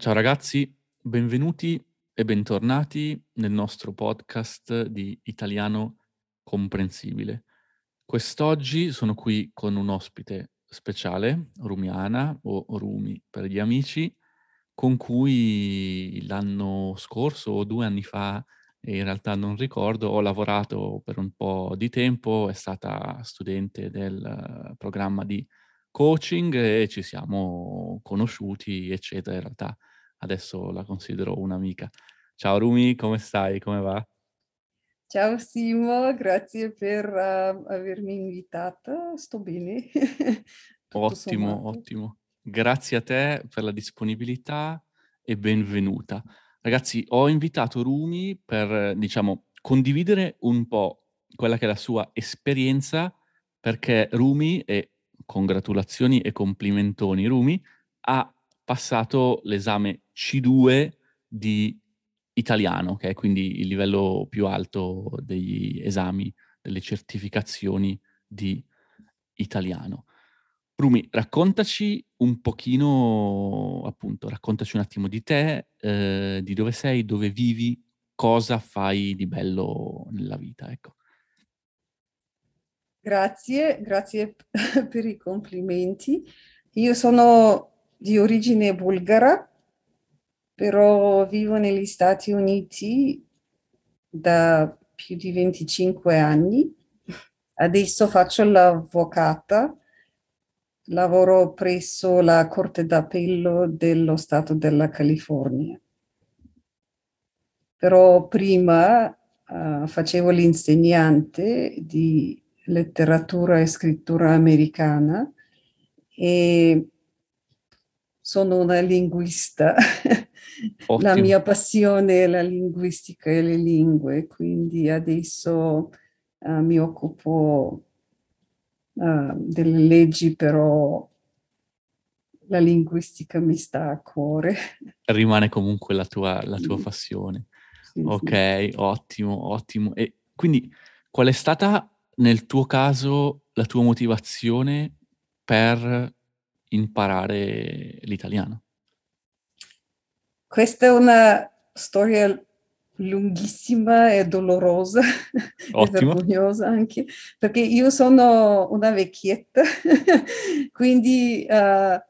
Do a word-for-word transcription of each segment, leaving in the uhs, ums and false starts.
Ciao ragazzi, benvenuti e bentornati nel nostro podcast di Italiano Comprensibile. Quest'oggi sono qui con un ospite speciale, Rumiana o Rumi per gli amici, con cui l'anno scorso o due anni fa, e in realtà non ricordo, ho lavorato per un po' di tempo, è stata studente del eh, programma di coaching e ci siamo conosciuti, eccetera. In realtà adesso la considero un'amica. Ciao Rumi, come stai? Come va? Ciao Simo, grazie per uh, avermi invitata. Sto bene, tutto Ottimo, sommato. ottimo. Grazie a te per la disponibilità e benvenuta. Ragazzi, ho invitato Rumi per, diciamo, condividere un po' quella che è la sua esperienza, perché Rumi, e congratulazioni e complimentoni Rumi, ha passato l'esame C due di italiano, che è quindi il livello più alto degli esami, delle certificazioni di italiano. Rumi, raccontaci un pochino, appunto, raccontaci un attimo di te, ehm, di dove sei, dove vivi, cosa fai di bello nella vita, ecco. Grazie, grazie per i complimenti. Io sono di origine bulgara, però vivo negli Stati Uniti da più di venticinque anni. Adesso faccio l'avvocata, lavoro presso la Corte d'Appello dello Stato della California. Però prima eh, facevo l'insegnante di letteratura e scrittura americana e sono una linguista. La Ottimo. mia passione è la linguistica e le lingue, quindi adesso eh, mi occupo eh, delle leggi, però la linguistica mi sta a cuore. Rimane comunque la tua la tua Sì, passione. sì, sì. Okay, ottimo, ottimo. E quindi qual è stata, nel tuo caso, la tua motivazione per imparare l'italiano? Questa è una storia lunghissima e dolorosa e Ottimo. vergognosa anche, perché io sono una vecchietta, quindi eh,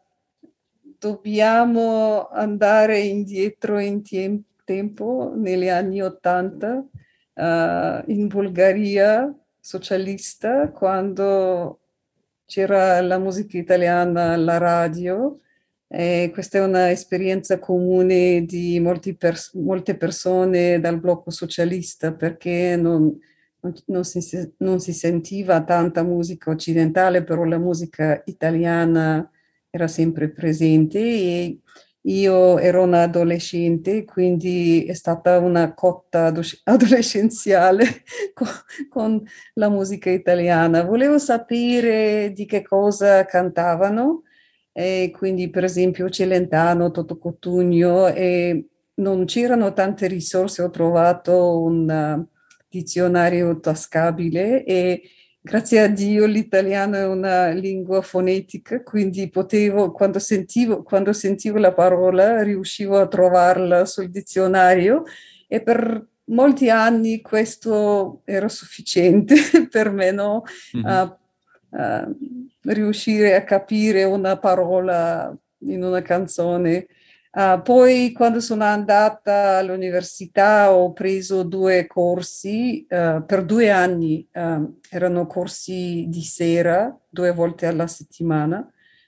dobbiamo andare indietro in tiem- tempo, negli anni Ottanta, eh, in Bulgaria socialista, quando c'era la musica italiana alla radio. Eh, questa è un'esperienza comune di molti pers- molte persone dal blocco socialista perché non, non- non si, se- non si sentiva tanta musica occidentale, però la musica italiana era sempre presente e io ero un'adolescente, quindi è stata una cotta ado- adolescenziale con, con la musica italiana. Volevo sapere di che cosa cantavano e quindi per esempio Celentano, Toto Cutugno e non c'erano tante risorse, ho trovato un uh, dizionario tascabile e grazie a Dio l'italiano è una lingua fonetica, quindi potevo, quando sentivo, quando sentivo la parola, riuscivo a trovarla sul dizionario e per molti anni questo era sufficiente per me, no? Mh-mh. Uh, uh, riuscire a capire una parola in una canzone. Uh, poi quando sono andata all'università ho preso due corsi uh, per due anni, uh, erano corsi di sera, due volte alla settimana,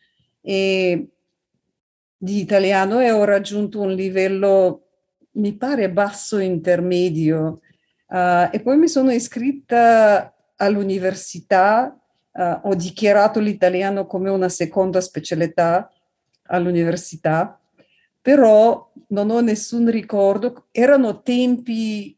e di italiano e ho raggiunto un livello, mi pare, basso intermedio. Uh, e poi mi sono iscritta all'università, uh, ho dichiarato l'italiano come una seconda specialità all'università, però non ho nessun ricordo. Erano tempi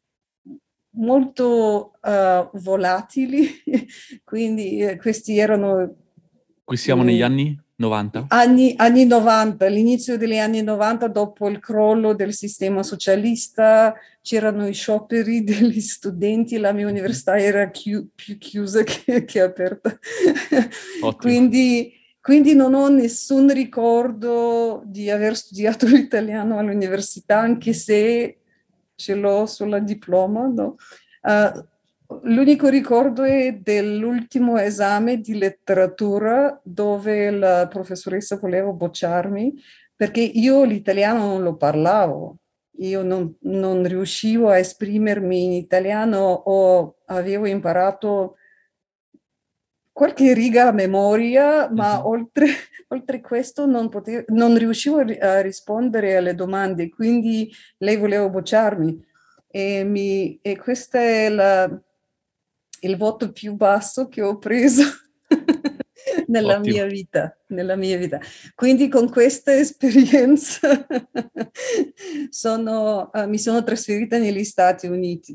molto uh, volatili, quindi eh, questi erano Qui siamo negli mm, anni 'novanta? anni, anni novanta, all'inizio degli anni novanta, dopo il crollo del sistema socialista, c'erano i scioperi degli studenti, la mia Mh-mh. università era chiu- più chiusa che, che aperta. Ottimo. Quindi quindi non ho nessun ricordo di aver studiato l'italiano all'università, anche se ce l'ho sulla diploma, no? Uh, l'unico ricordo è dell'ultimo esame di letteratura dove la professoressa voleva bocciarmi perché io l'italiano non lo parlavo. Io non, non riuscivo a esprimermi in italiano o avevo imparato qualche riga a memoria, ma Mhm. oltre, oltre questo non, potevo, non riuscivo a rispondere alle domande, quindi lei voleva bocciarmi. E, mi, e questo è la, il voto più basso che ho preso nella Ottimo. mia vita, nella mia vita. Quindi con questa esperienza sono, uh, mi sono trasferita negli Stati Uniti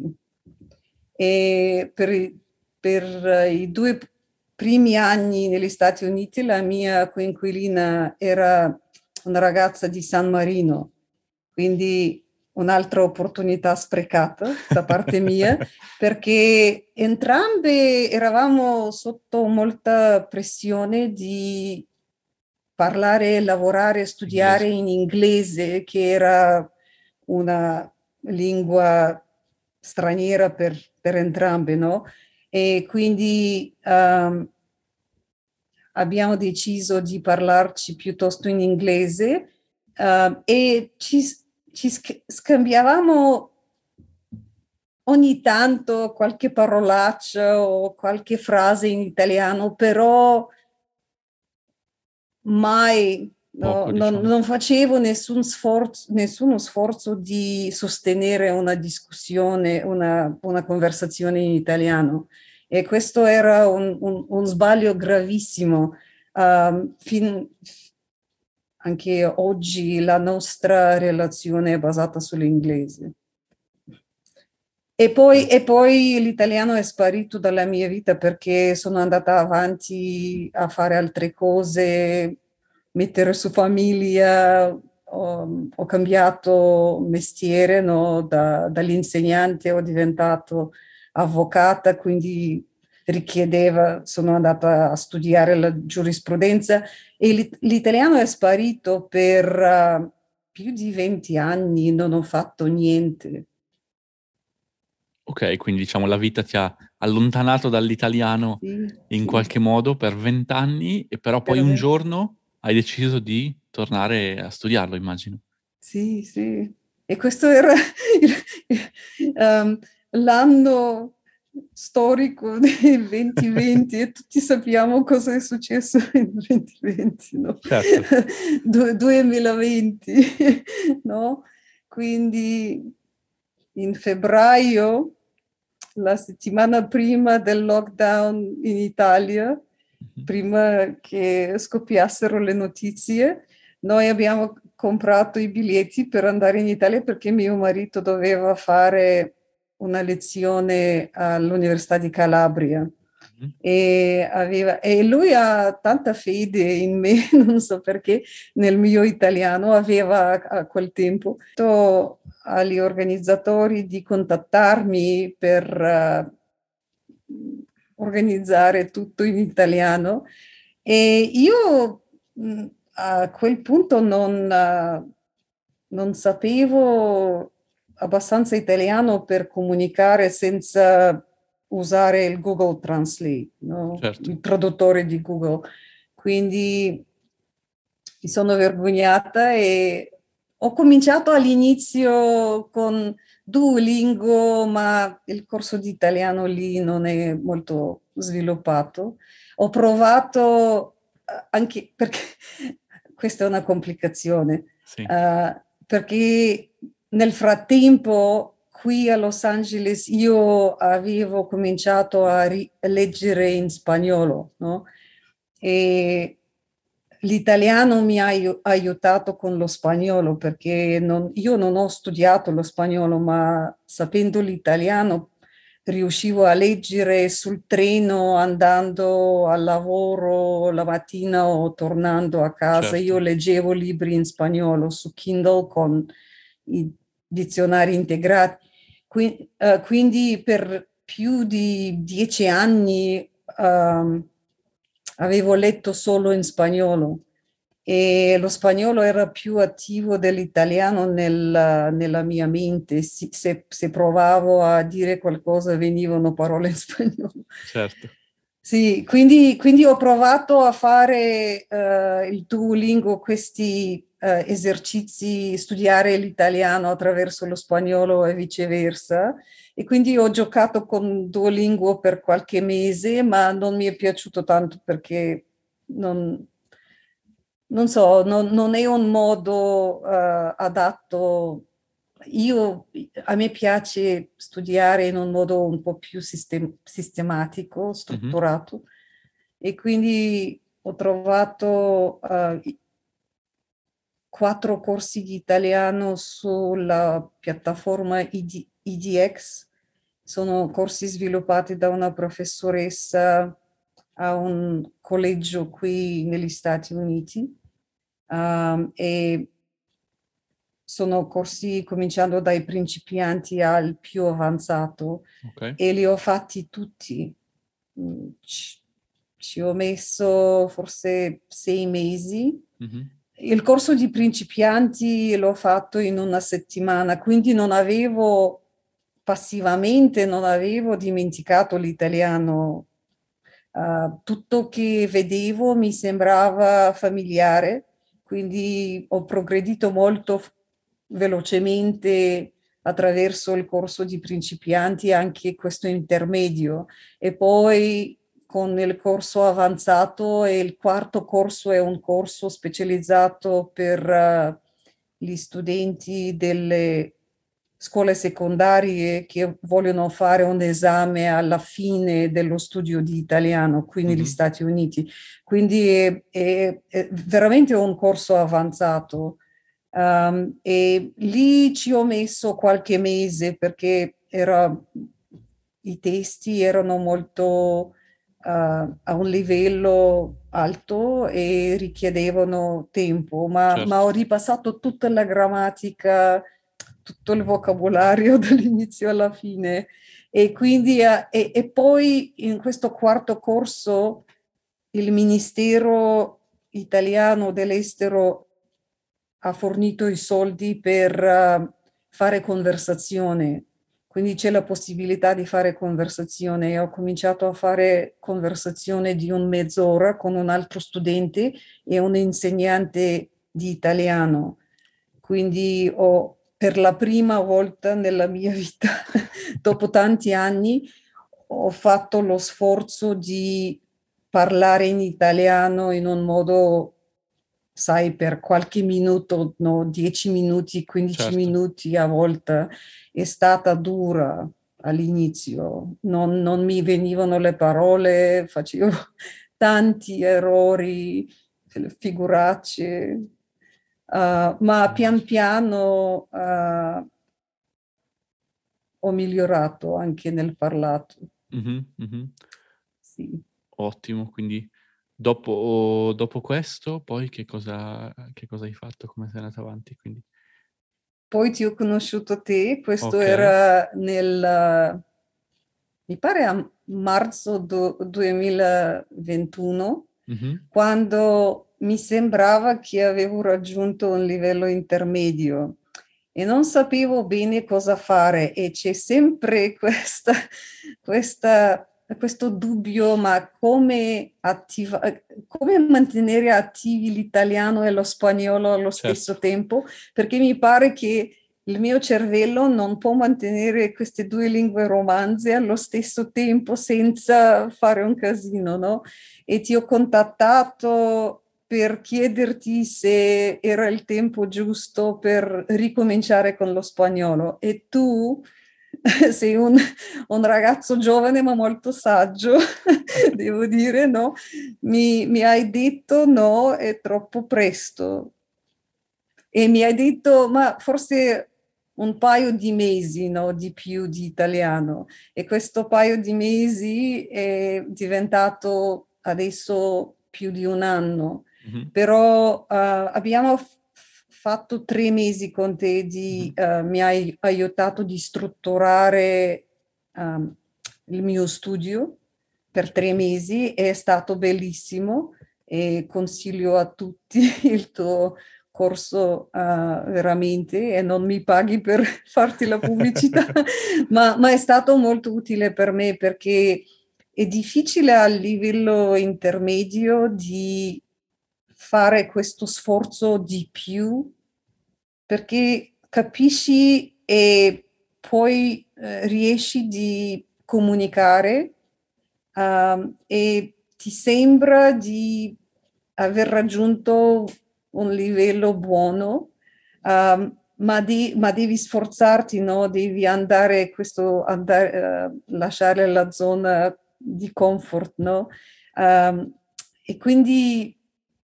e per, i- per i due primi anni negli Stati Uniti la mia coinquilina era una ragazza di San Marino, quindi un'altra opportunità sprecata da parte mia, perché entrambe eravamo sotto molta pressione di parlare, lavorare, studiare Inglese. in inglese, che era una lingua straniera per, per entrambe, no? E quindi um, abbiamo deciso di parlarci piuttosto in inglese uh, e ci, ci scambiavamo ogni tanto qualche parolaccia o qualche frase in italiano, però mai, no, Poco, non, diciamo. non facevo nessun sforzo, nessuno sforzo di sostenere una discussione, una, una conversazione in italiano. E questo era un, un, un sbaglio gravissimo. Um, fin, anche oggi la nostra relazione è basata sull'inglese. E poi, Ok. e poi l'italiano è sparito dalla mia vita perché sono andata avanti a fare altre cose, mettere su famiglia, ho, ho cambiato mestiere, no? Da, dall'insegnante ho diventato avvocata, quindi richiedeva, sono andata a studiare la giurisprudenza e l'it- l'italiano è sparito per uh, più di venti anni, non ho fatto niente. Ok, quindi diciamo la vita ti ha allontanato dall'italiano Sì, in sì, qualche modo per vent'anni e però poi per un me. giorno hai deciso di tornare a studiarlo, immagino. Sì, sì. E questo era il- um, l'anno storico del duemilaventi e tutti sappiamo cosa è successo nel duemilaventi, no? Certo. Du- duemilaventi, no? Quindi in febbraio, la settimana prima del lockdown in Italia, Mhm. prima che scoppiassero le notizie, noi abbiamo comprato i biglietti per andare in Italia perché mio marito doveva fare una lezione all'Università di Calabria Mhm. e, aveva, e lui ha tanta fede in me, non so perché, nel mio italiano, aveva a quel tempo detto agli organizzatori di contattarmi per uh, organizzare tutto in italiano e io mh, a quel punto non, uh, non sapevo abbastanza italiano per comunicare senza usare il Google Translate, no? Certo. Il traduttore di Google. Quindi mi sono vergognata e ho cominciato all'inizio con Duolingo, ma il corso di italiano lì non è molto sviluppato. Ho provato eh, anche perché questa è una complicazione, Sì. eh, perché nel frattempo qui a Los Angeles io avevo cominciato a ri- leggere in spagnolo, no? E l'italiano mi ha aiu- aiutato con lo spagnolo perché non- io non ho studiato lo spagnolo, ma sapendo l'italiano riuscivo a leggere sul treno andando al lavoro la mattina o tornando a casa. Io Certo. leggevo libri in spagnolo su Kindle con i dizionari integrati. Qui- eh, quindi per più di dieci anni ehm, avevo letto solo in spagnolo e lo spagnolo era più attivo dell'italiano nel- nella mia mente. Si- se, se provavo a dire qualcosa venivano parole in spagnolo. Certo. Sì, quindi, quindi ho provato a fare eh, il Duolingo, questi eh, esercizi, studiare l'italiano attraverso lo spagnolo e viceversa. E quindi ho giocato con Duolingo per qualche mese, ma non mi è piaciuto tanto perché non, non so, non, non è un modo eh, adatto. Io, a me piace studiare in un modo un po' più sistem- sistematico, Mhm. strutturato, e quindi ho trovato eh, i- quattro corsi di italiano sulla piattaforma I D I D X. Sono corsi sviluppati da una professoressa a un collegio qui negli Stati Uniti. Um, e sono corsi cominciando dai principianti al più avanzato Ok. e li ho fatti tutti. Mm, Ci, ci ho messo forse sei mesi. Mhm. Il corso di principianti l'ho fatto in una settimana, quindi non avevo passivamente, non avevo dimenticato l'italiano. Uh, tutto che vedevo mi sembrava familiare, quindi ho progredito molto f- velocemente attraverso il corso di principianti, anche questo intermedio. E poi con il corso avanzato e il quarto corso è un corso specializzato per eh, gli studenti delle scuole secondarie che vogliono fare un esame alla fine dello studio di italiano qui negli Mhm. Stati Uniti. Quindi è, è- è veramente un corso avanzato. Um, e lì ci ho messo qualche mese perché era, i testi erano molto uh, a un livello alto e richiedevano tempo, ma, ma Certo. ho ripassato tutta la grammatica, tutto il vocabolario dall'inizio alla fine. E quindi, eh, e, e poi in questo quarto corso il Ministero italiano dell'estero ha fornito i soldi per eh, fare conversazione. Quindi c'è la possibilità di fare conversazione. Ho cominciato a fare conversazione di un mezz'ora con un altro studente e un insegnante di italiano. Quindi ho, per la prima volta nella mia vita, dopo tanti anni, ho fatto lo sforzo di parlare in italiano in un modo, sai, per qualche minuto, no, dieci minuti, quindici Certo. minuti a volta. È stata dura all'inizio, non, non mi venivano le parole, facevo tanti errori, figuracce. Uh, ma pian Immagino. piano uh, ho migliorato anche nel parlato. Mhm, mhm. Sì. Ottimo, quindi dopo, dopo questo, poi che cosa, che cosa hai fatto? Come sei andata avanti? Quindi, Poi ti ho conosciuto te, questo ok. era nel, mi pare a marzo do- duemilaventuno, Mhm. quando mi sembrava che avevo raggiunto un livello intermedio e non sapevo bene cosa fare e c'è sempre questa, questa- questo dubbio, ma come, attiva- come mantenere attivi l'italiano e lo spagnolo allo Certo. stesso tempo? Perché mi pare che il mio cervello non può mantenere queste due lingue romanze allo stesso tempo senza fare un casino, no? E ti ho contattato per chiederti se era il tempo giusto per ricominciare con lo spagnolo. E tu sei un, un ragazzo giovane ma molto saggio, devo dire, no? Mi, mi hai detto no, è troppo presto. E mi hai detto, ma forse un paio di mesi, no, di più di italiano. E questo paio di mesi è diventato adesso più di un anno. Mhm, Però eh, abbiamo f- fatto tre mesi con te, di, mhm. eh, mi hai aiutato di strutturare ehm, il mio studio per tre mesi, è stato bellissimo e consiglio a tutti il tuo corso uh, veramente, e non mi paghi per farti la pubblicità, ma, ma è stato molto utile per me perché è difficile a livello intermedio di fare questo sforzo di più, perché capisci e poi eh, riesci di comunicare um, e ti sembra di aver raggiunto un livello buono, um, ma, di, ma devi sforzarti, no? Devi andare, questo, andare, uh, lasciare la zona di comfort, no? Um, e quindi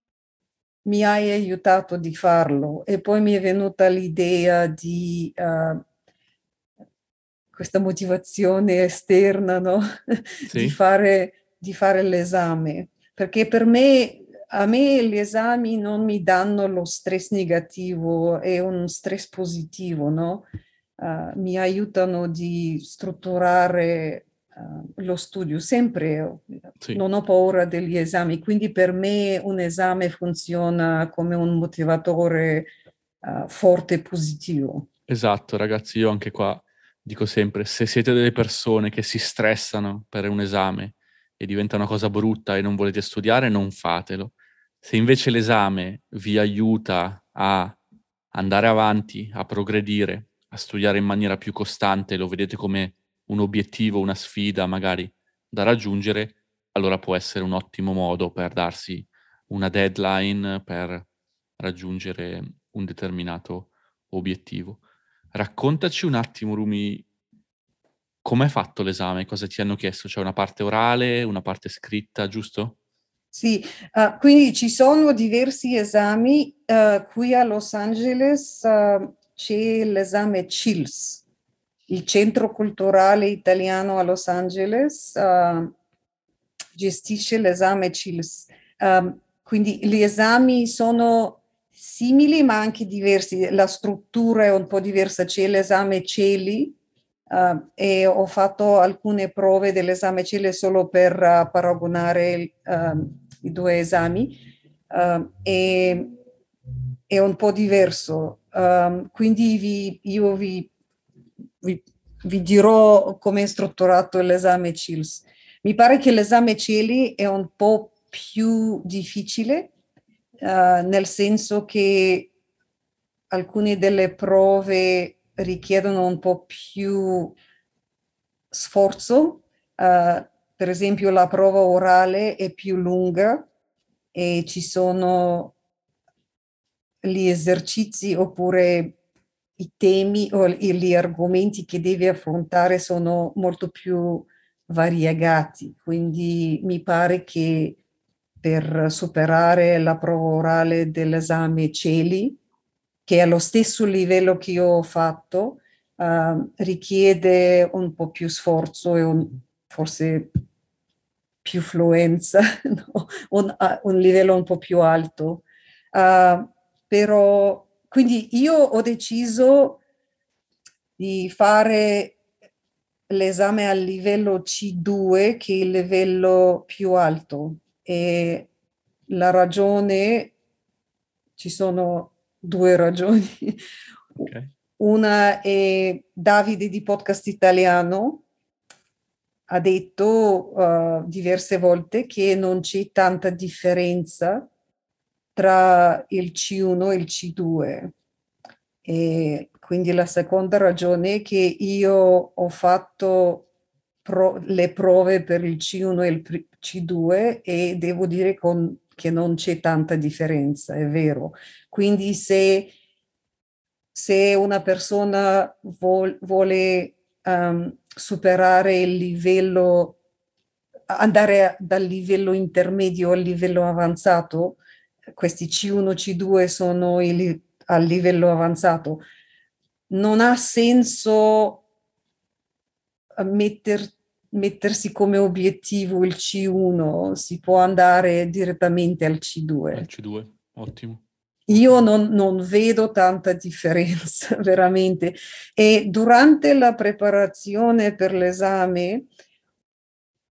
mi hai aiutato di farlo, e poi mi è venuta l'idea di uh, questa motivazione esterna, no? di, Sì, fare, di fare l'esame, perché per me, a me gli esami non mi danno lo stress negativo, è un stress positivo, no? Uh, mi aiutano di strutturare uh, lo studio, sempre sì. non ho paura degli esami, quindi per me un esame funziona come un motivatore uh, forte e positivo. Esatto, ragazzi, io anche qua dico sempre, se siete delle persone che si stressano per un esame e diventa una cosa brutta e non volete studiare, non fatelo. Se invece l'esame vi aiuta a andare avanti, a progredire, a studiare in maniera più costante, lo vedete come un obiettivo, una sfida magari da raggiungere, allora può essere un ottimo modo per darsi una deadline, per raggiungere un determinato obiettivo. Raccontaci un attimo, Rumi, com'è fatto l'esame? Cosa ti hanno chiesto? C'è una parte orale, una parte scritta, giusto? Sì, uh, quindi ci sono diversi esami. Uh, qui a Los Angeles uh, c'è l'esame C I L S, il Centro Culturale Italiano a Los Angeles uh, gestisce l'esame C I L S. Um, quindi gli esami sono simili ma anche diversi, la struttura è un po' diversa, c'è l'esame CELI. Uh, e ho fatto alcune prove dell'esame C I L S solo per uh, paragonare uh, i due esami, uh, e è un po' diverso. Um, quindi vi, io vi, vi, vi dirò come è strutturato l'esame C I L S. Mi pare che l'esame CELI è un po' più difficile, uh, nel senso che alcune delle prove richiedono un po' più sforzo. Uh, per esempio la prova orale è più lunga e ci sono gli esercizi oppure i temi o gli argomenti che devi affrontare sono molto più variegati, quindi mi pare che per superare la prova orale dell'esame CELI, che è allo stesso livello che io ho fatto, uh, richiede un po' più sforzo e un, forse più fluenza, no? un, uh, un livello un po' più alto. Uh, però, quindi io ho deciso di fare l'esame al livello C due, che è il livello più alto, e la ragione, ci sono due ragioni. Ok. Una è Davide di Podcast Italiano, ha detto uh, diverse volte che non c'è tanta differenza tra il C uno e il C due. E quindi la seconda ragione è che io ho fatto pro- le prove per il C uno e il C due e devo dire con- che non c'è tanta differenza, è vero. Quindi se, se una persona vol- vuole um, superare il livello, andare dal livello intermedio al livello avanzato, questi C uno, C due sono il, al livello avanzato, non ha senso metter, mettersi come obiettivo il C uno, si può andare direttamente al C Al due. C due, ottimo, Io ottimo. non, non vedo tanta differenza, veramente. E durante la preparazione per l'esame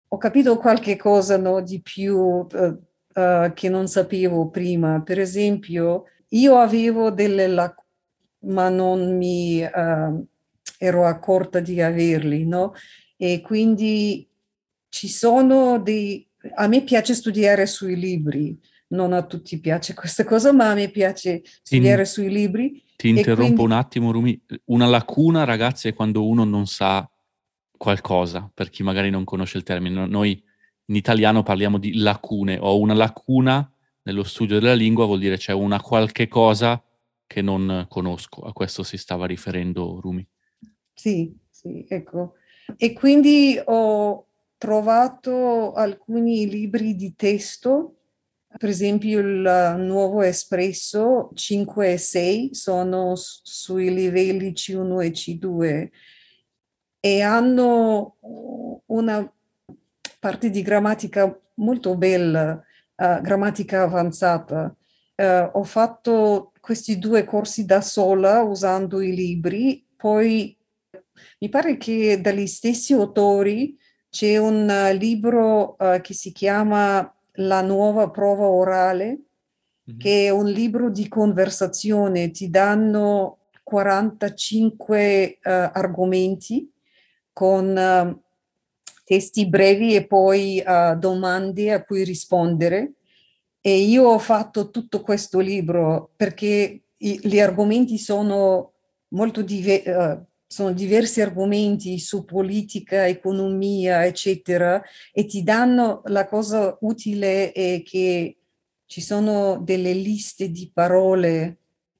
ho capito qualche cosa, no, di più eh, eh, che non sapevo prima. Per esempio, io avevo delle lacune, ma non mi eh, ero accorta di averli, no? E quindi ci sono dei... A me piace studiare sui libri, non a tutti piace questa cosa, ma a me piace Ti, in- studiare sui libri ti e interrompo un quindi attimo, Rumi. Una lacuna, ragazzi, è quando uno non sa qualcosa, per chi magari non conosce il termine. No- Noi in italiano parliamo di lacune. Ho una lacuna nello studio della lingua, vuol dire c'è una qualche cosa che non conosco. A questo si stava riferendo Rumi. sì, sì, ecco. E quindi ho trovato alcuni libri di testo, per esempio il nuovo Espresso cinque e sei sono s- sui livelli C uno e C due e hanno una parte di grammatica molto bella, eh, grammatica avanzata. Eh, ho fatto questi due corsi da sola usando i libri, poi mi pare che dagli stessi autori c'è un eh, libro eh, che si chiama La nuova prova orale, Mhm. che è un libro di conversazione, ti danno quarantacinque eh, argomenti con eh, testi brevi e poi eh, domande a cui rispondere. E io ho fatto tutto questo libro perché i- gli argomenti sono molto dive- eh, sono diversi argomenti su politica, economia, eccetera, e ti danno la cosa utile è che ci sono delle liste di parole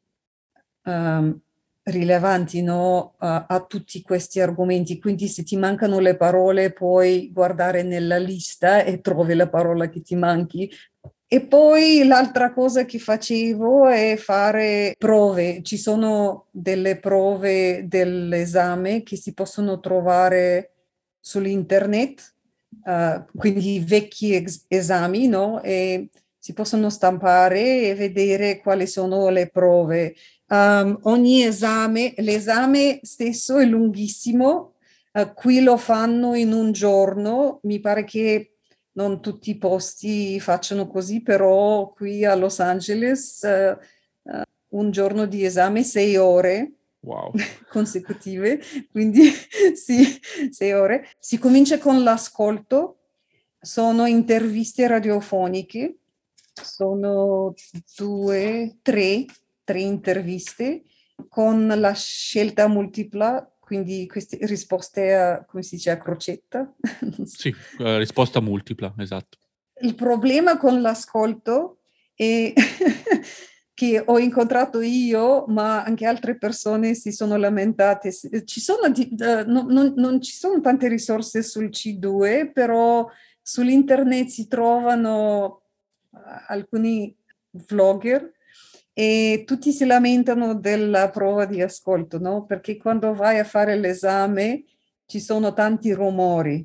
ehm, rilevanti, no, a, a tutti questi argomenti. Quindi se ti mancano le parole, puoi guardare nella lista e trovi la parola che ti manchi. E poi l'altra cosa che facevo è fare prove. Ci sono delle prove dell'esame che si possono trovare sull'internet, eh, quindi vecchi ex- esami, no? E si possono stampare e vedere quali sono le prove. Um, ogni esame, l'esame stesso è lunghissimo, eh, qui lo fanno in un giorno, mi pare che non tutti i posti facciano così, però qui a Los Angeles eh, eh, un giorno di esame, sei ore Wow. consecutive, quindi sì, sei ore. Si comincia con l'ascolto, sono interviste radiofoniche, sono due, tre, tre interviste con la scelta multipla, quindi queste risposte a, come si dice, a crocetta. Non so. Sì, eh, risposta multipla, esatto. Il problema con l'ascolto è che ho incontrato io, ma anche altre persone si sono lamentate. Ci sono di- eh, non, non- non ci sono tante risorse sul C due, però sull'internet si trovano eh, alcuni vlogger e tutti si lamentano della prova di ascolto, no? Perché quando vai a fare l'esame ci sono tanti rumori.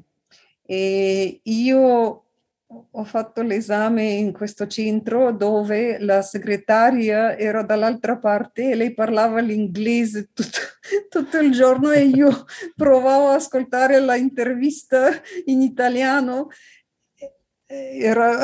E io ho fatto l'esame in questo centro dove la segretaria era dall'altra parte e lei parlava l'inglese tutto, tutto il giorno e io provavo a ascoltare la intervista in italiano. Era,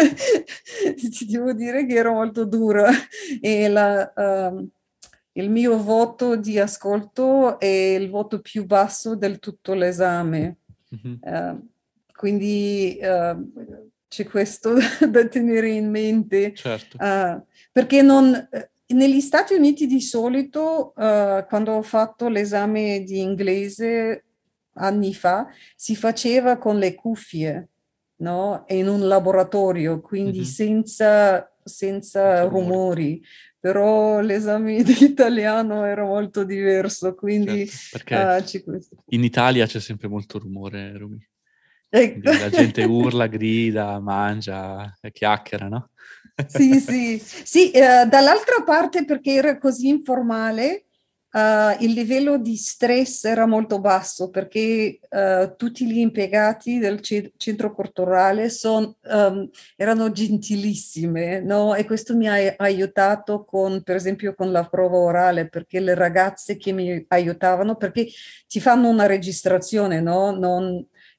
ti devo dire che era molto dura e la, um, il mio voto di ascolto è il voto più basso del tutto l'esame. Mhm. Uh, quindi uh, c'è questo da tenere in mente, Certo. uh, perché non, negli Stati Uniti di solito, uh, quando ho fatto l'esame di inglese anni fa, si faceva con le cuffie, no? E in un laboratorio, quindi Mhm. senza, senza Senza rumori. rumori. Però l'esame di italiano era molto diverso, quindi Certo, perché uh, c'è questo. in Italia c'è sempre molto rumore, Rumi. Ecco. Quindi la gente urla, grida, mangia, chiacchiera, no? Sì, sì, sì, eh, dall'altra parte perché era così informale, eh, il livello di stress era molto basso perché eh, tutti gli impiegati del ce- centro culturale son- ehm, erano gentilissime, no? E questo mi ha aiutato con, per esempio, con la prova orale, perché le ragazze che mi aiutavano, perché ti fanno una registrazione, no? Non,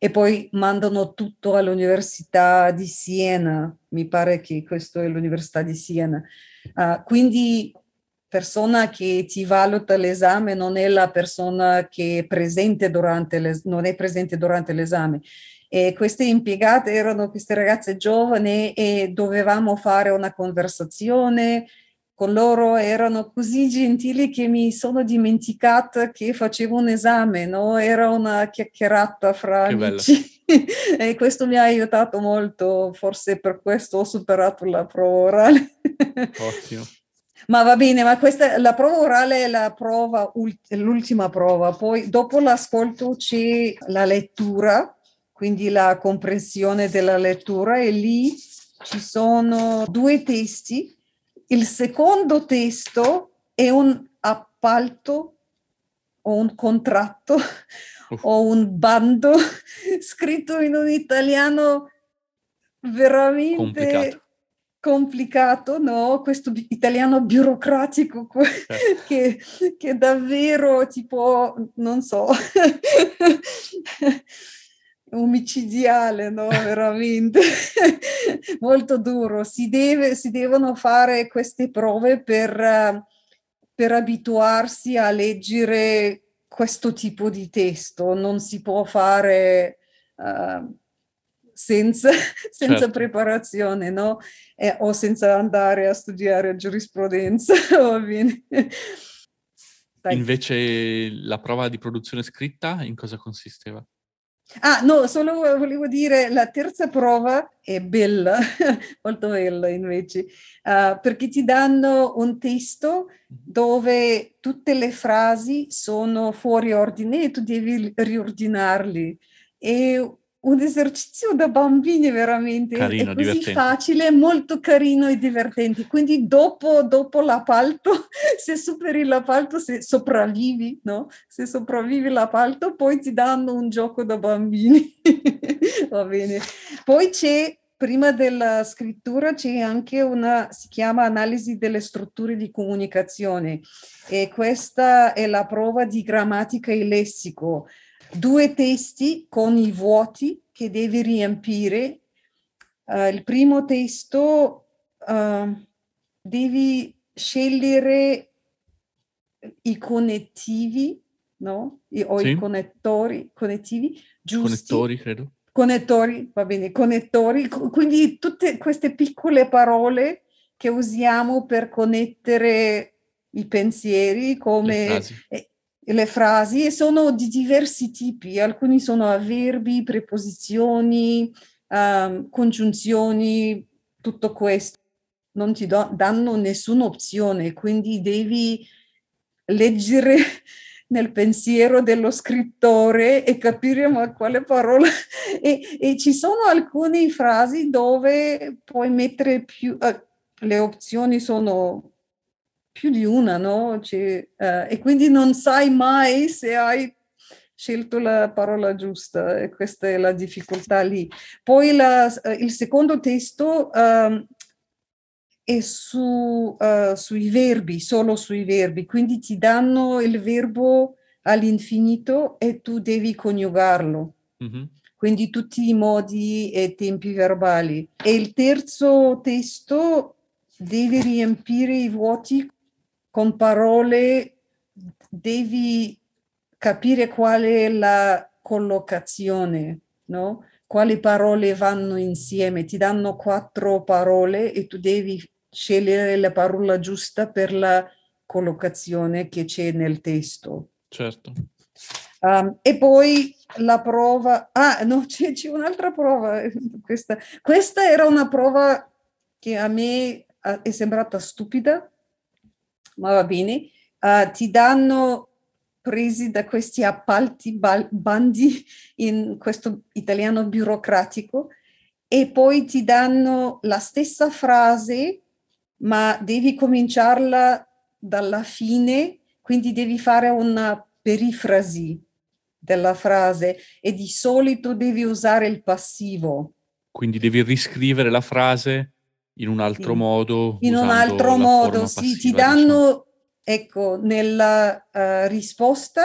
e poi mandano tutto all'Università di Siena, mi pare che questo è l'Università di Siena. Uh, quindi persona che ti valuta l'esame non è la persona che è presente durante l'es- non è presente durante l'esame. E queste impiegate erano queste ragazze giovani e dovevamo fare una conversazione con loro, erano così gentili che mi sono dimenticata che facevo un esame, no? Era una chiacchierata fra Che bello. amici e questo mi ha aiutato molto, forse per questo ho superato la prova orale. Ottimo. Ma va bene, ma questa, la prova orale è la prova, ult- l'ultima prova, poi dopo l'ascolto c'è la lettura, quindi la comprensione della lettura e lì ci sono due testi. Il secondo testo è un appalto o un contratto Uff, o un bando scritto in un italiano complicato. veramente complicato, no? Questo bi- italiano burocratico que- Certo. che, che davvero tipo, non so, omicidiale, no? Veramente molto duro. Si deve, si devono fare queste prove per, eh, per abituarsi a leggere questo tipo di testo. Non si può fare eh, senza, senza Certo. preparazione, no? Eh, o senza andare a studiare giurisprudenza, va bene. Dai. Invece la prova di produzione scritta in cosa consisteva? Ah, no, solo volevo dire, la terza prova è bella, molto bella invece, uh, perché ti danno un testo dove tutte le frasi sono fuori ordine e tu devi riordinarli. È un esercizio da bambini veramente, è Carino, così divertente. facile, molto carino e divertente. Quindi dopo, dopo l'appalto, se superi l'appalto, se sopravvivi, no? Se sopravvivi l'appalto, poi ti danno un gioco da bambini. Va bene. Poi c'è, prima della scrittura, c'è anche una, si chiama analisi delle strutture di comunicazione e questa è la prova di grammatica e lessico. Due testi con i vuoti che devi riempire. Uh, il primo testo uh, devi scegliere i connettivi, no? I, o i Sì? connettori, connettivi giusti. Connettori, credo. Connettori, va bene, connettori, quindi tutte queste piccole parole che usiamo per connettere i pensieri, Le come frasi. eh, le frasi, e sono di diversi tipi, alcuni sono avverbi, preposizioni, um, congiunzioni, tutto questo. Non ti do, danno nessuna opzione, quindi devi leggere nel pensiero dello scrittore e capire ma quale parola e, e ci sono alcune frasi dove puoi mettere più eh, le opzioni sono più di una, no? Cioè, eh, e quindi non sai mai se hai scelto la parola giusta e questa è la difficoltà lì. Poi la, eh, il secondo testo um, è su, uh, sui verbi, solo sui verbi, quindi ti danno il verbo all'infinito e tu devi coniugarlo. Mm-hmm. Quindi tutti i modi e tempi verbali. E il terzo testo devi riempire i vuoti con parole, devi capire qual è la collocazione, no? Quali parole vanno insieme. Ti danno quattro parole e tu devi scegliere la parola giusta per la collocazione che c'è nel testo. Certo. Um, e poi la prova, ah no, c'è, c'è un'altra prova, questa. Questa era una prova che a me uh, è sembrata stupida, ma va bene. Uh, ti danno presi da questi appalti bal- bandi in questo italiano burocratico e poi ti danno la stessa frase, ma devi cominciarla dalla fine, quindi devi fare una perifrasi della frase e di solito devi usare il passivo. Quindi devi riscrivere la frase in un altro Sì. modo In un usando altro la modo, forma sì, ti passiva, diciamo. danno, ecco, nella uh, risposta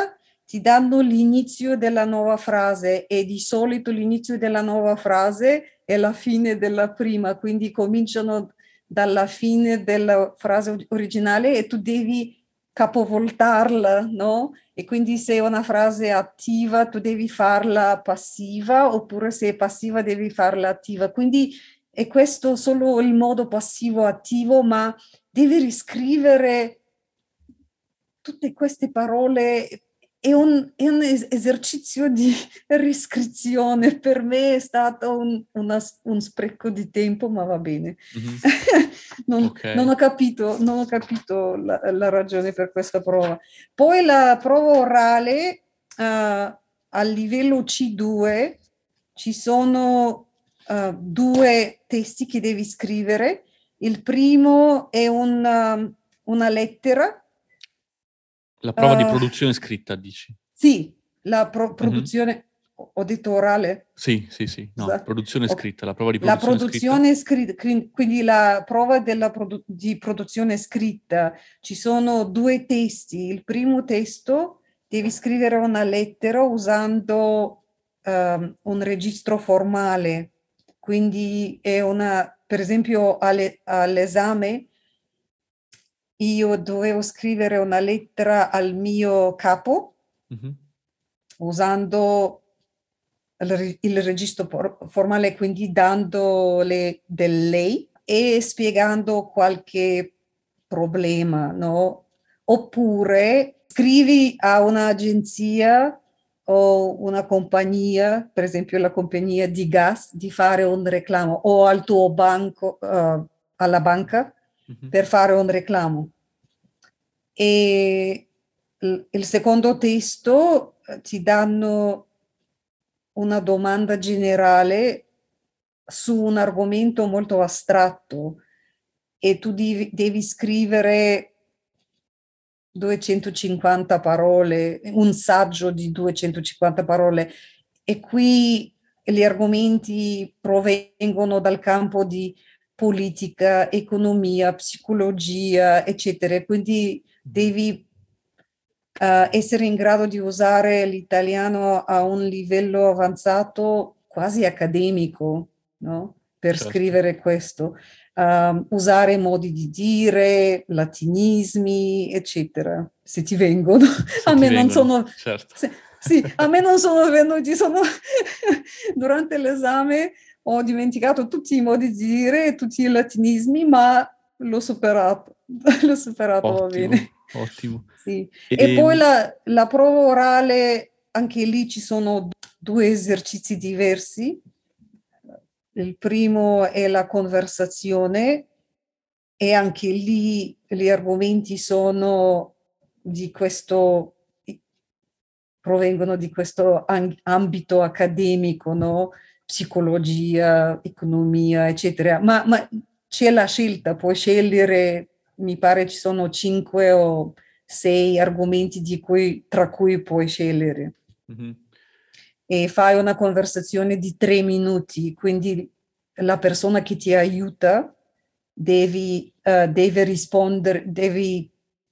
ti danno l'inizio della nuova frase e di solito l'inizio della nuova frase è la fine della prima, quindi cominciano dalla fine della frase originale e tu devi capovoltarla, no? E quindi se è una frase attiva tu devi farla passiva, oppure se è passiva devi farla attiva. Quindi è questo solo il modo passivo-attivo, ma devi riscrivere tutte queste parole. È un, è un es- esercizio di riscrizione. Per me è stato un, una- un spreco di tempo, ma va bene. Mhm. Non, Ok. non ho capito, non ho capito la, la ragione per questa prova. Poi la prova orale, eh, a livello C due ci sono eh, due testi che devi scrivere. Il primo è un, um, una lettera. La prova di Uh, produzione scritta, dici? sì, la pro- Mhm. produzione, ho ho detto orale? Sì, sì, sì, no, Scusa. produzione Ok. scritta, la prova di La produzione scritta. produzione scritta, quindi la prova della produ- di produzione scritta, ci sono due testi. Il primo testo devi scrivere una lettera usando ehm, un registro formale, quindi è una, per esempio alle- all'esame io dovevo scrivere una lettera al mio capo Mhm. usando il, re- il registro por- formale, quindi dandole del lei e spiegando qualche problema, no? Oppure scrivi a un'agenzia o una compagnia, per esempio la compagnia di gas, di fare un reclamo o al tuo banco, eh, alla banca Mhm. per fare un reclamo. E il il secondo testo eh, ti danno una domanda generale su un argomento molto astratto e tu devi, devi scrivere duecentocinquanta parole, un saggio di duecentocinquanta parole, e qui gli argomenti provengono dal campo di politica, economia, psicologia, eccetera. Quindi Mhm. devi eh, essere in grado di usare l'italiano a un livello avanzato, quasi accademico, no? Per Certo, scrivere questo. Um, usare modi di dire, latinismi, eccetera, se ti vengono. se A ti me non vengono, sono, certo. se- sì, a me non sono venuti, sono durante l'esame ho dimenticato tutti i modi di dire, tutti i latinismi, ma l'ho superato, l'ho superato, va bene. Ottimo, ottimo. Sì. E poi E, la, la prova orale, anche lì ci sono due esercizi diversi. Il primo è la conversazione e anche lì gli argomenti sono di questo, provengono di questo am- ambito accademico, no? Psicologia, economia, eccetera. Ma, ma c'è la scelta, puoi scegliere, mi pare ci sono cinque o sei argomenti di cui, tra cui puoi scegliere. mhm. E fai una conversazione di tre minuti, quindi la persona che ti aiuta devi, eh, deve rispondere, devi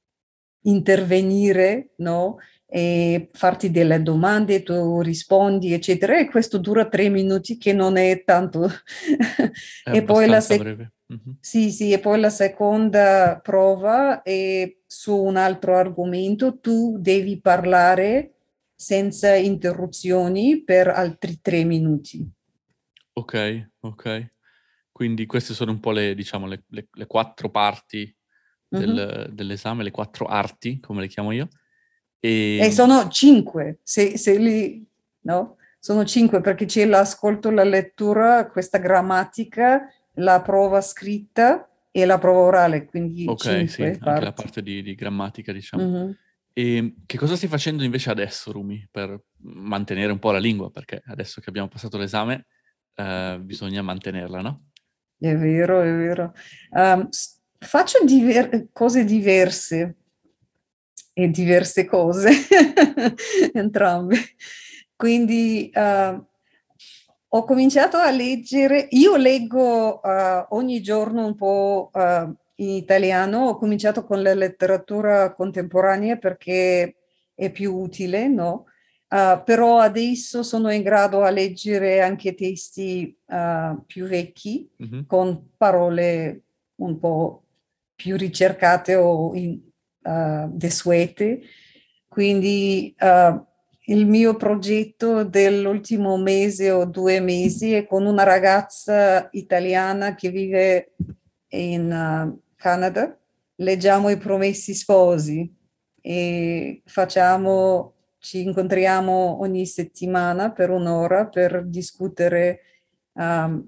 intervenire, no? E farti delle domande, tu rispondi, eccetera. E questo dura tre minuti, che non è tanto. È E poi la, abbastanza sec- breve. Mhm. sì, sì, e poi la seconda prova è su un altro argomento. Tu devi parlare senza interruzioni per altri tre minuti. Ok, ok. Quindi queste sono un po' le, diciamo, le, le- le quattro parti Mhm. del- dell'esame, le quattro arti, come le chiamo io. E E, sono cinque, se, se li, no? Sono cinque perché c'è l'ascolto, la lettura, questa grammatica, la prova scritta e la prova orale, quindi ok, sì, cinque anche la parti. parte di, di grammatica, diciamo. Mhm. E che cosa stai facendo invece adesso, Rumi, per mantenere un po' la lingua? Perché adesso che abbiamo passato l'esame, eh, bisogna mantenerla, no? È vero, è vero. Um, s- faccio diver- cose diverse e diverse cose, entrambe. Quindi uh, ho cominciato a leggere, io leggo uh, ogni giorno un po' uh, in italiano, ho cominciato con la letteratura contemporanea perché è più utile, no? Uh, però adesso sono in grado a leggere anche testi uh, più vecchi, mm-hmm. con parole un po' più ricercate o in, uh, desuete. Quindi uh, il mio progetto dell'ultimo mese o due mesi è con una ragazza italiana che vive in uh, Canada. Leggiamo I Promessi Sposi e facciamo, ci incontriamo ogni settimana per un'ora per discutere um,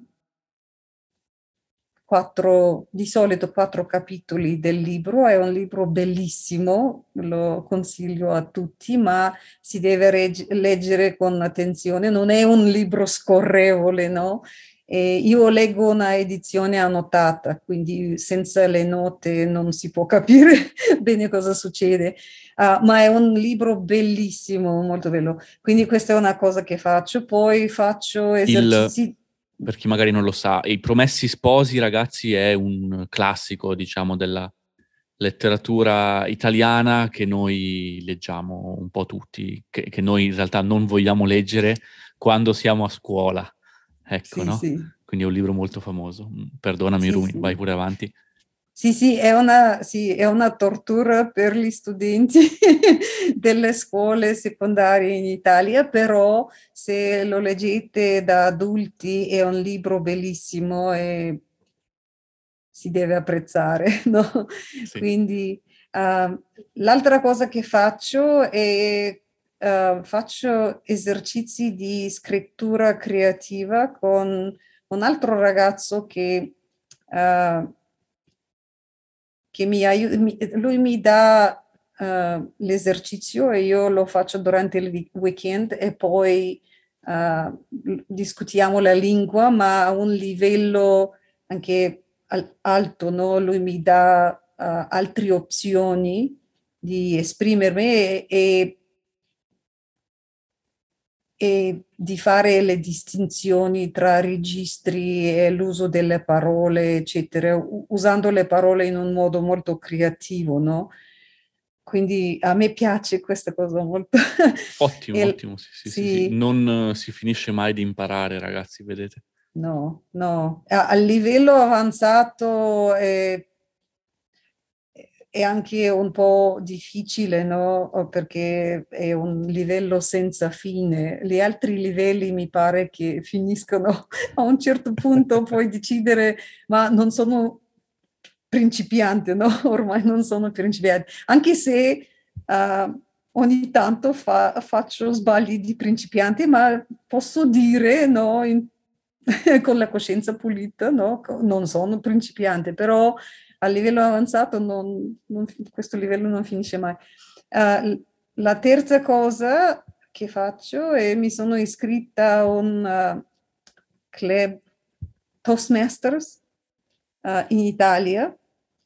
quattro, di solito quattro capitoli del libro. È un libro bellissimo, lo consiglio a tutti, ma si deve reg- leggere con attenzione, non è un libro scorrevole, no? E io leggo una edizione annotata, quindi senza le note non si può capire bene cosa succede, uh, ma è un libro bellissimo, molto bello. Quindi questa è una cosa che faccio. Poi faccio esercizi... Il... Per chi magari non lo sa, I Promessi Sposi, ragazzi, è un classico, diciamo, della letteratura italiana che noi leggiamo un po' tutti, che, che noi in realtà non vogliamo leggere quando siamo a scuola. Ecco, Sì, no? sì. Quindi è un libro molto famoso. Perdonami, Sì, Rumi, sì. vai pure avanti. Sì, sì, è una, sì, è una tortura per gli studenti delle scuole secondarie in Italia, però se lo leggete da adulti è un libro bellissimo e si deve apprezzare, no? Sì. Quindi uh, l'altra cosa che faccio è uh, faccio esercizi di scrittura creativa con un altro ragazzo che uh, che mi aiuta, lui mi dà uh, l'esercizio e io lo faccio durante il weekend e poi uh, discutiamo la lingua, ma a un livello anche al- alto, no? Lui mi dà uh, altre opzioni di esprimermi e, e e di fare le distinzioni tra registri e l'uso delle parole, eccetera, usando le parole in un modo molto creativo, no? Quindi a me piace questa cosa molto. Ottimo, e, ottimo, sì, sì, sì, sì. sì, Non uh, si finisce mai di imparare, ragazzi, vedete? no, no. A, a livello avanzato è, è anche un po' difficile, no? Perché è un livello senza fine. Gli altri livelli mi pare che finiscono a un certo punto, puoi decidere, ma non sono principiante, no? Ormai non sono principiante. Anche se uh, ogni tanto fa, faccio sbagli di principiante, ma posso dire, no? In, con la coscienza pulita, no? Non sono principiante, però a livello avanzato non, non, questo livello non finisce mai. Uh, la terza cosa che faccio è mi sono iscritta a un uh, club Toastmasters uh, in Italia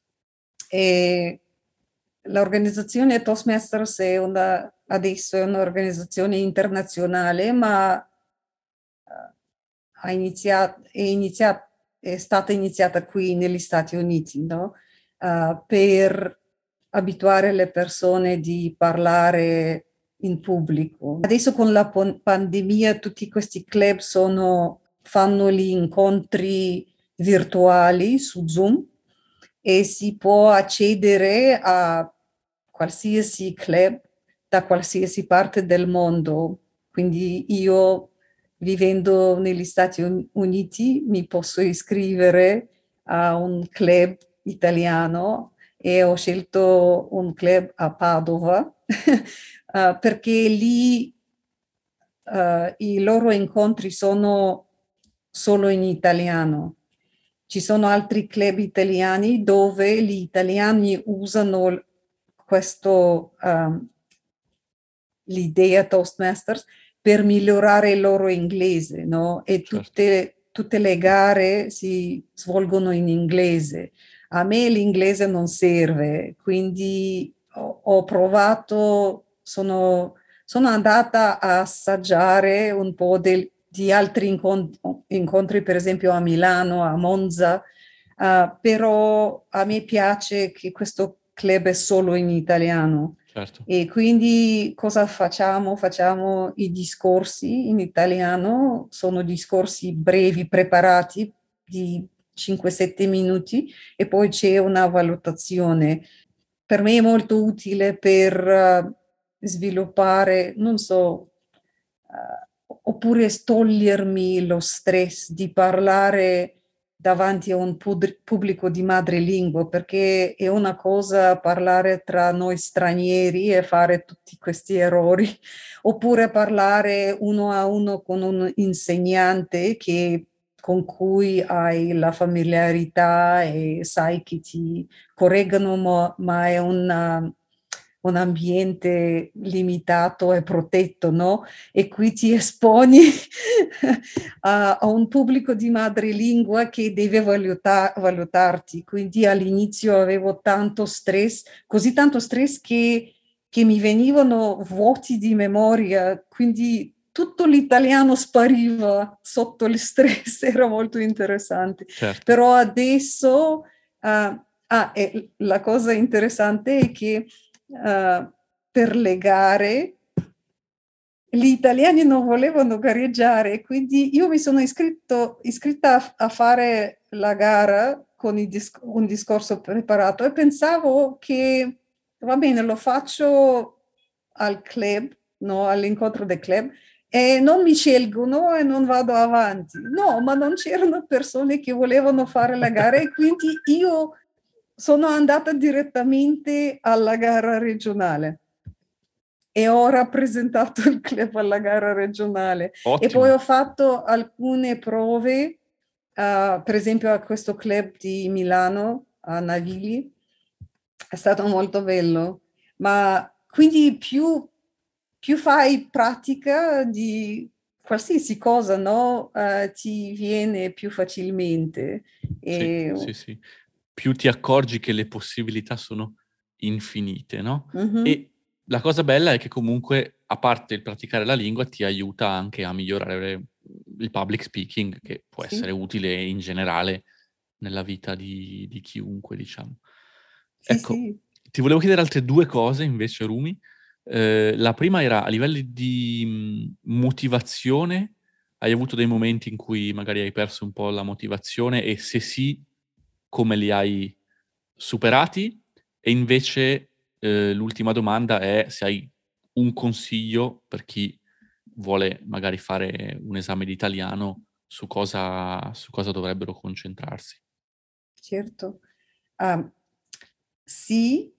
e l'organizzazione Toastmasters è una, adesso è un'organizzazione internazionale, ma uh, ha iniziato, è, iniziato, è stata iniziata qui negli Stati Uniti, no? Uh, per abituare le persone di parlare in pubblico. Adesso con la pon- pandemia tutti questi club sono, fanno gli incontri virtuali su Zoom e si può accedere a qualsiasi club da qualsiasi parte del mondo. Quindi io, vivendo negli Stati Uniti, mi posso iscrivere a un club italiano e ho scelto un club a Padova uh, perché lì uh, i loro incontri sono solo in italiano. Ci sono altri club italiani dove gli italiani usano questo, um, l'idea Toastmasters per migliorare il loro inglese, no? E Certo. tutte, tutte le gare si svolgono in inglese. A me l'inglese non serve, quindi ho, ho provato, sono, sono andata a assaggiare un po' del, di altri incontri, incontri, per esempio a Milano, a Monza, uh, però a me piace che questo club è solo in italiano. Certo. E quindi cosa facciamo? Facciamo i discorsi in italiano, sono discorsi brevi, preparati, di cinque sette minuti, e poi c'è una valutazione. Per me è molto utile per uh, sviluppare, non so, uh, oppure togliermi lo stress di parlare davanti a un pud- pubblico di madrelingua, perché è una cosa parlare tra noi stranieri e fare tutti questi errori, oppure parlare uno a uno con un insegnante che, con cui hai la familiarità e sai che ti correggano, ma, ma è una, un ambiente limitato e protetto, no? E qui ti esponi a, a un pubblico di madrelingua che deve valuta- valutarti. Quindi all'inizio avevo tanto stress, così tanto stress che, che mi venivano vuoti di memoria, quindi tutto l'italiano spariva sotto il stress, era molto interessante. Certo. Però adesso, uh, ah, e la cosa interessante è che uh, per le gare gli italiani non volevano gareggiare, quindi io mi sono iscritto, iscritta a, a fare la gara con il dis- un discorso preparato e pensavo che, va bene, lo faccio al club, no, all'incontro del club, e non mi scelgono e non vado avanti. No, ma non c'erano persone che volevano fare la gara e quindi io sono andata direttamente alla gara regionale e ho rappresentato il club alla gara regionale. E poi Ottimo. ho fatto alcune prove, uh, per esempio a questo club di Milano, a Navili. È stato molto bello, ma quindi più, più fai pratica di qualsiasi cosa, no? Uh, ti viene più facilmente. Sì, E, sì, sì. Più ti accorgi che le possibilità sono infinite, no? mhm, E la cosa bella è che comunque, a parte il praticare la lingua, ti aiuta anche a migliorare il public speaking, che può essere sì, utile in generale nella vita di, di chiunque, diciamo. sì, Ecco, sì. ti volevo chiedere altre due cose invece, Rumi. Eh, la prima era a livello di mh, motivazione. Hai avuto dei momenti in cui magari hai perso un po' la motivazione e se sì, come li hai superati? E invece eh, l'ultima domanda è se hai un consiglio per chi vuole magari fare un esame di italiano su cosa, su cosa dovrebbero concentrarsi. Certo. Ah, sì,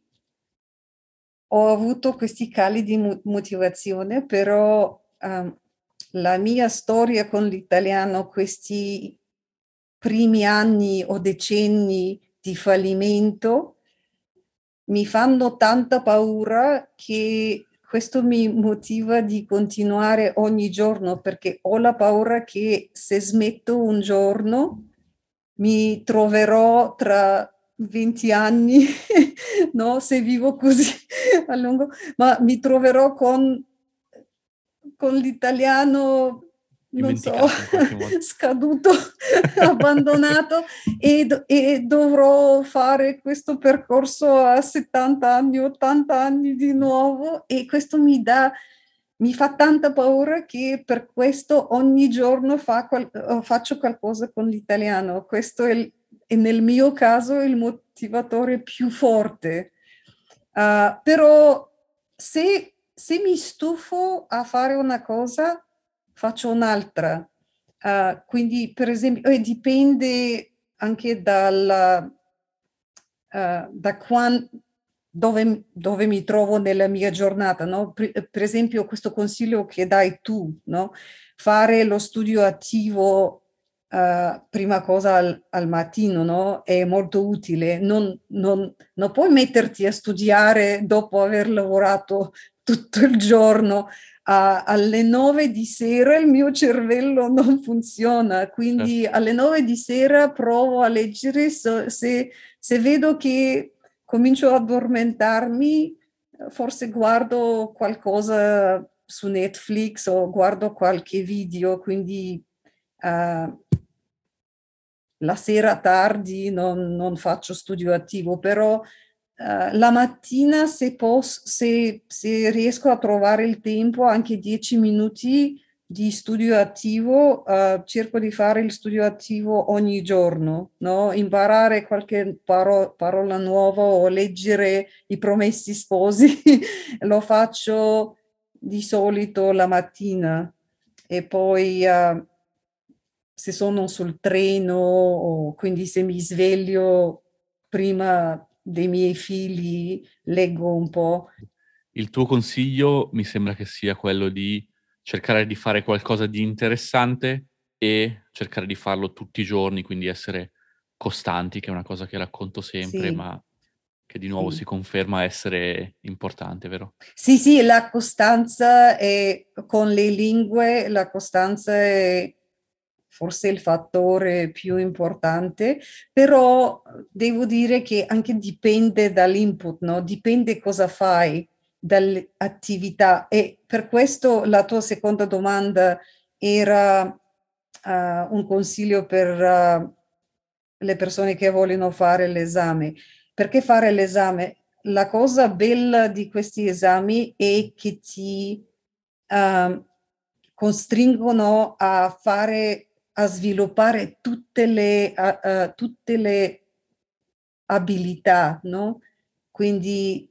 ho avuto questi cali di mo- motivazione, però ah, la mia storia con l'italiano, questi primi anni o decenni di fallimento, mi fanno tanta paura che questo mi motiva di continuare ogni giorno, perché ho la paura che se smetto un giorno mi troverò tra venti anni, no? Se vivo così a lungo, ma mi troverò con, con l'italiano, non so, Dimenticato in qualche modo. scaduto, abbandonato, e, do- e dovrò fare questo percorso a settanta anni, ottanta anni di nuovo, e questo mi dà, mi fa tanta paura che per questo ogni giorno fa qual- eh, faccio qualcosa con l'italiano. Questo è, il- è nel mio caso il motivatore più forte. Uh, però se, se mi stufo a fare una cosa, faccio un'altra. Uh, quindi, per esempio, e dipende anche dal, uh, da quan- dove, dove mi trovo nella mia giornata, no? Per, per esempio, questo consiglio che dai tu, no? Fare lo studio attivo uh, prima cosa al, al mattino, no? È molto utile. Non, non, non puoi metterti a studiare dopo aver lavorato tutto il giorno. Uh, alle nove di sera il mio cervello non funziona, quindi Certo. alle nove di sera provo a leggere, so, se, se vedo che comincio ad addormentarmi, forse guardo qualcosa su Netflix o guardo qualche video, quindi uh, la sera tardi non, non faccio studio attivo, però uh, la mattina se, pos- se, se riesco a trovare il tempo, anche dieci minuti di studio attivo, uh, cerco di fare il studio attivo ogni giorno, no? Imparare qualche paro- parola nuova o leggere I Promessi Sposi, lo faccio di solito la mattina e poi uh, se sono sul treno o quindi se mi sveglio prima dei miei figli, leggo un po'. Il tuo consiglio mi sembra che sia quello di cercare di fare qualcosa di interessante e cercare di farlo tutti i giorni, quindi essere costanti, che è una cosa che racconto sempre, Sì, ma che di nuovo sì. si conferma essere importante, vero? Sì, sì, la costanza è, con le lingue, la costanza è forse il fattore più importante, però devo dire che anche dipende dall'input, no? Dipende cosa fai, dalle attività. E per questo la tua seconda domanda era uh, un consiglio per uh, le persone che vogliono fare l'esame. Perché fare l'esame? La cosa bella di questi esami è che ti uh, costringono a fare, a sviluppare tutte le, uh, uh, tutte le abilità, no? Quindi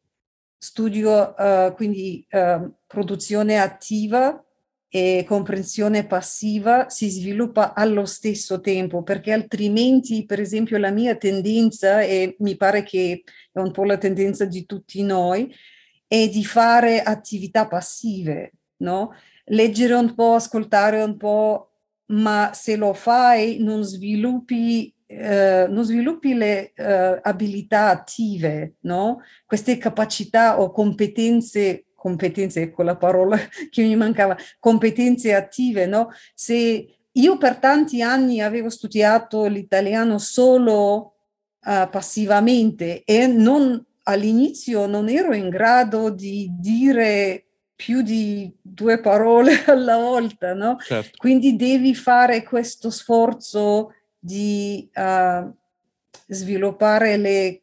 studio, uh, quindi uh, produzione attiva e comprensione passiva si sviluppa allo stesso tempo, perché altrimenti, per esempio, la mia tendenza, e mi pare che è un po' la tendenza di tutti noi, è di fare attività passive, no? Leggere un po', ascoltare un po', ma se lo fai non sviluppi, eh, non sviluppi le eh, abilità attive, no? Queste capacità o competenze, competenze, ecco la parola che mi mancava, competenze attive, no? Se io per tanti anni avevo studiato l'italiano solo uh, passivamente e non, all'inizio non ero in grado di dire più di due parole alla volta, no? Certo. Quindi devi fare questo sforzo di uh, sviluppare le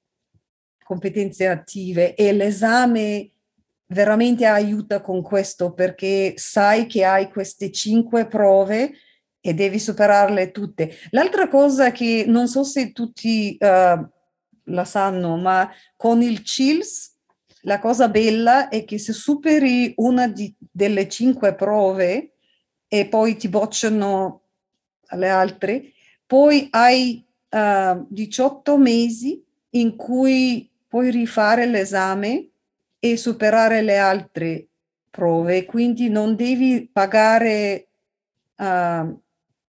competenze attive e l'esame veramente aiuta con questo perché sai che hai queste cinque prove e devi superarle tutte. L'altra cosa che non so se tutti uh, la sanno, ma con il C I L S la cosa bella è che se superi una di, delle cinque prove e poi ti bocciano le altre, poi hai uh, diciotto mesi in cui puoi rifare l'esame e superare le altre prove, quindi non devi pagare uh,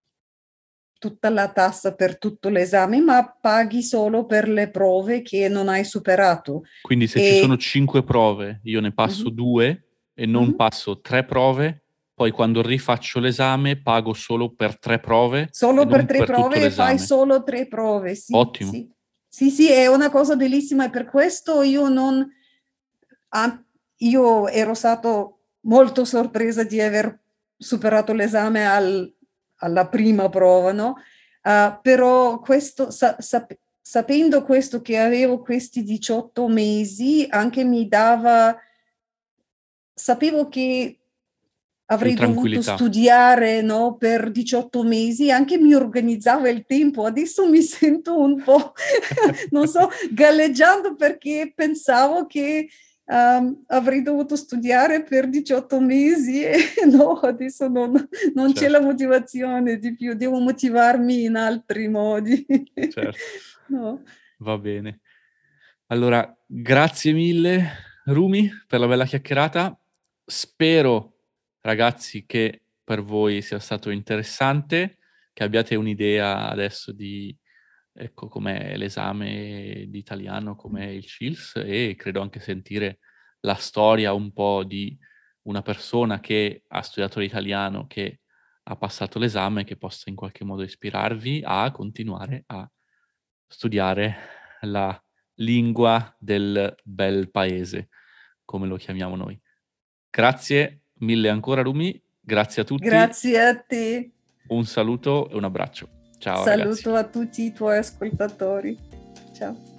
tutta la tassa per tutto l'esame, ma paghi solo per le prove che non hai superato. Quindi se ci sono E, cinque prove, io ne passo uh-huh, due e non uh-huh. passo tre prove, poi quando rifaccio l'esame pago solo per tre prove e Solo per non tre per tutto prove e fai l'esame. solo tre prove, sì, Ottimo. sì. Sì, sì, è una cosa bellissima e per questo io non... Ah, io ero stato molto sorpresa di aver superato l'esame al, alla prima prova, no? Uh, però questo, sa, sap- sapendo questo che avevo questi diciotto mesi, anche mi dava, sapevo che Più avrei dovuto tranquillità. studiare, no, per diciotto mesi, anche mi organizzava il tempo. Adesso mi sento un po', non so, galleggiando perché pensavo che um, avrei dovuto studiare per diciotto mesi e no, adesso non, non c'è la Certo, motivazione di più, devo motivarmi in altri modi. certo. No? Va bene. Allora, grazie mille Rumi per la bella chiacchierata. Spero, ragazzi, che per voi sia stato interessante, che abbiate un'idea adesso di, ecco, com'è l'esame di italiano, com'è il C I L S e credo anche sentire la storia un po' di una persona che ha studiato l'italiano, che ha passato l'esame, che possa in qualche modo ispirarvi a continuare a studiare la lingua del bel paese, come lo chiamiamo noi. Grazie mille ancora Rumi, grazie a tutti, Grazie a te. un saluto e un abbraccio. Ciao ragazzi. Saluto a tutti i tuoi ascoltatori. Ciao.